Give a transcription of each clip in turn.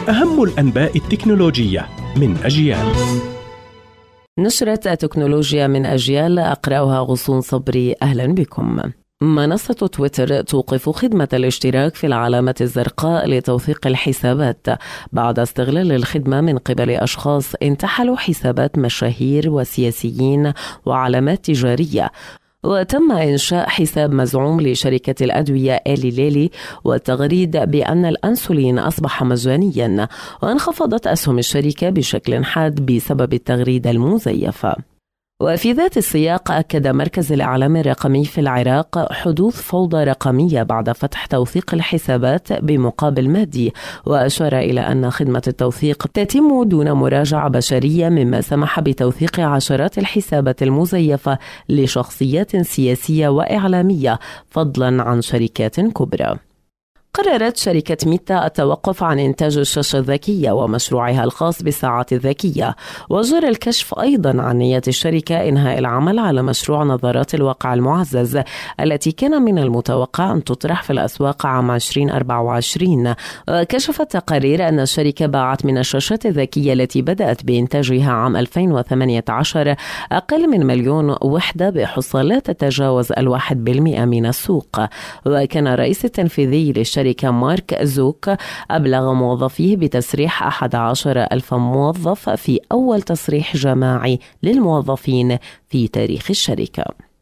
أهم الأنباء التكنولوجية من أجيال. نشرة تكنولوجيا من أجيال، أقرأها غصون صبري. أهلا بكم. منصة تويتر توقف خدمة الاشتراك في العلامة الزرقاء لتوثيق الحسابات بعد استغلال الخدمة من قبل أشخاص انتحلوا حسابات مشاهير وسياسيين وعلامات تجارية. وتم إنشاء حساب مزعوم لشركة الأدوية إيلي ليلي والتغريد بأن الأنسولين أصبح مجانيا، وانخفضت أسهم الشركة بشكل حاد بسبب التغريدة المزيفة. وفي ذات السياق، أكد مركز الإعلام الرقمي في العراق حدوث فوضى رقمية بعد فتح توثيق الحسابات بمقابل مادي، وأشار إلى أن خدمة التوثيق تتم دون مراجعة بشرية، مما سمح بتوثيق عشرات الحسابات المزيفة لشخصيات سياسية وإعلامية فضلا عن شركات كبرى. قررت شركة ميتا التوقف عن إنتاج الشاشة الذكية ومشروعها الخاص بالساعات الذكية، وجرى الكشف أيضا عن نية الشركة إنهاء العمل على مشروع نظارات الواقع المعزز التي كان من المتوقع أن تطرح في الأسواق عام 2024. وكشفت تقارير أن الشركة باعت من الشاشات الذكية التي بدأت بإنتاجها عام 2018 أقل من 1,000,000 وحدة بحصة لا تتجاوز 1% من السوق. وكان الرئيس التنفيذي للشركة مارك زوك أبلغ موظفيه بتسريح 11,000 موظف في أول تصريح جماعي للموظفين في تاريخ الشركة.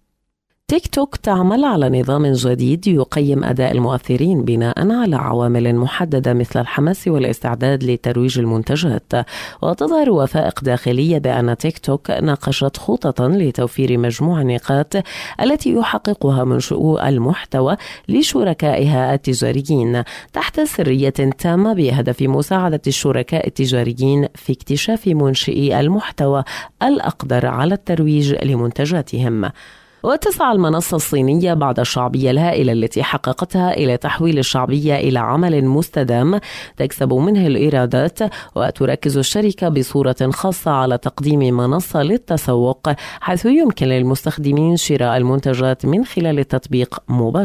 تيك توك تعمل على نظام جديد يقيم أداء المؤثرين بناء على عوامل محددة مثل الحماس والاستعداد لترويج المنتجات. وتظهر وثائق داخلية بأن تيك توك ناقشت خططا لتوفير مجموع النقاط التي يحققها منشئو المحتوى لشركائها التجاريين تحت سرية تامة، بهدف مساعدة الشركاء التجاريين في اكتشاف منشئي المحتوى الأقدر على الترويج لمنتجاتهم. وتسعى المنصة الصينية بعد الشعبية الهائلة التي حققتها إلى تحويل الشعبية إلى عمل مستدام تكسب منه الإيرادات. وتركز الشركة بصورة خاصة على تقديم منصة للتسوق، حيث يمكن للمستخدمين شراء المنتجات من خلال التطبيق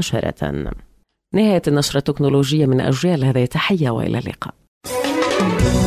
مباشرة. نهاية النشرة التكنولوجية من أجيال. هذه تحية وإلى اللقاء.